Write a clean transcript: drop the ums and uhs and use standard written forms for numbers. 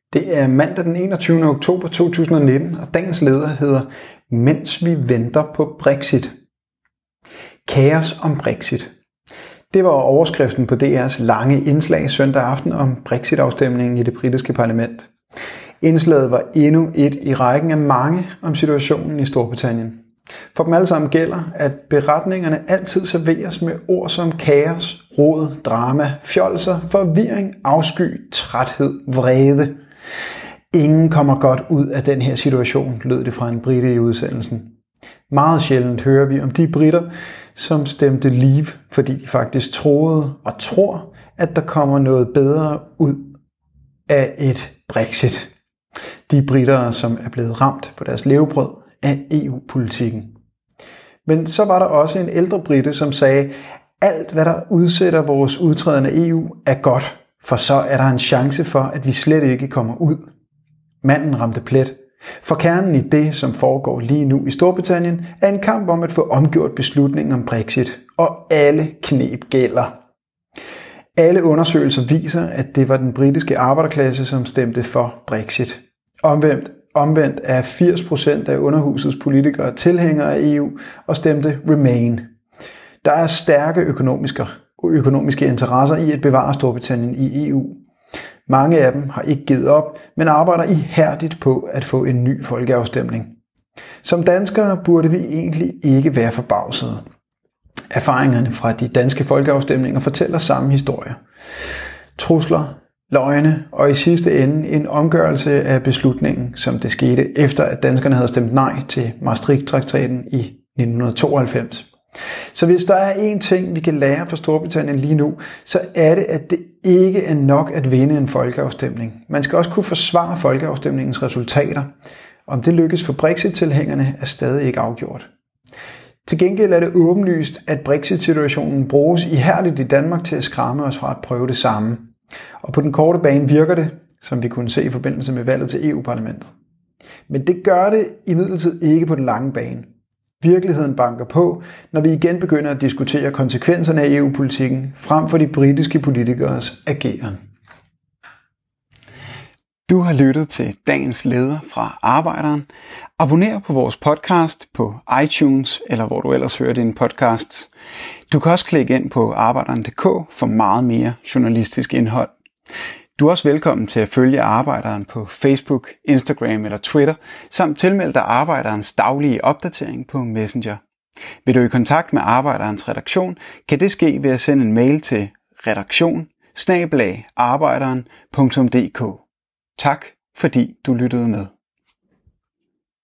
Det er mandag den 21. oktober 2019, og dagens leder hedder Mens vi venter på Brexit. Kaos om Brexit. Det var overskriften på DR's lange indslag søndag aften om Brexit-afstemningen i det britiske parlament. Indslaget var endnu et i rækken af mange om situationen i Storbritannien. For dem alle sammen gælder, at beretningerne altid serveres med ord som kaos, rod, drama, fjolser, forvirring, afsky, træthed, vrede. Ingen kommer godt ud af den her situation, lød det fra en brite i udsendelsen. Meget sjældent hører vi om de briter, som stemte leave, fordi de faktisk troede og tror, at der kommer noget bedre ud af et Brexit. De britere, som er blevet ramt på deres levebrød af EU-politikken. Men så var der også en ældre brite, som sagde, alt hvad der udsætter vores udtræden af EU er godt, for så er der en chance for, at vi slet ikke kommer ud. Manden ramte plet. For kernen i det, som foregår lige nu i Storbritannien, er en kamp om at få omgjort beslutningen om Brexit, og alle kneb gælder. Alle undersøgelser viser, at det var den britiske arbejderklasse, som stemte for Brexit. Omvendt er 80% af underhusets politikere tilhængere af EU og stemte Remain. Der er stærke økonomiske interesser i at bevare Storbritannien i EU. Mange af dem har ikke givet op, men arbejder ihærdigt på at få en ny folkeafstemning. Som danskere burde vi egentlig ikke være forbavsede. Erfaringerne fra de danske folkeafstemninger fortæller samme historie. Trusler, løgne og i sidste ende en omgørelse af beslutningen, som det skete efter at danskerne havde stemt nej til Maastricht-traktaten i 1992. Så hvis der er én ting, vi kan lære fra Storbritannien lige nu, så er det, at det ikke er nok at vinde en folkeafstemning. Man skal også kunne forsvare folkeafstemningens resultater. Om det lykkes for Brexit-tilhængerne er stadig ikke afgjort. Til gengæld er det åbenlyst, at Brexit-situationen bruges ihærdigt i Danmark til at skræmme os fra at prøve det samme. Og på den korte bane virker det, som vi kunne se i forbindelse med valget til EU-parlamentet. Men det gør det imidlertid ikke på den lange bane. Virkeligheden banker på, når vi igen begynder at diskutere konsekvenserne af EU-politikken frem for de britiske politikeres ageren. Du har lyttet til dagens leder fra Arbejderen. Abonner på vores podcast på iTunes eller hvor du ellers hører dine podcasts. Du kan også klikke ind på arbejderen.dk for meget mere journalistisk indhold. Du er også velkommen til at følge Arbejderen på Facebook, Instagram eller Twitter, samt tilmelde dig Arbejderens daglige opdatering på Messenger. Vil du i kontakt med Arbejderens redaktion, kan det ske ved at sende en mail til redaktion@arbejderen.dk. Tak fordi du lyttede med.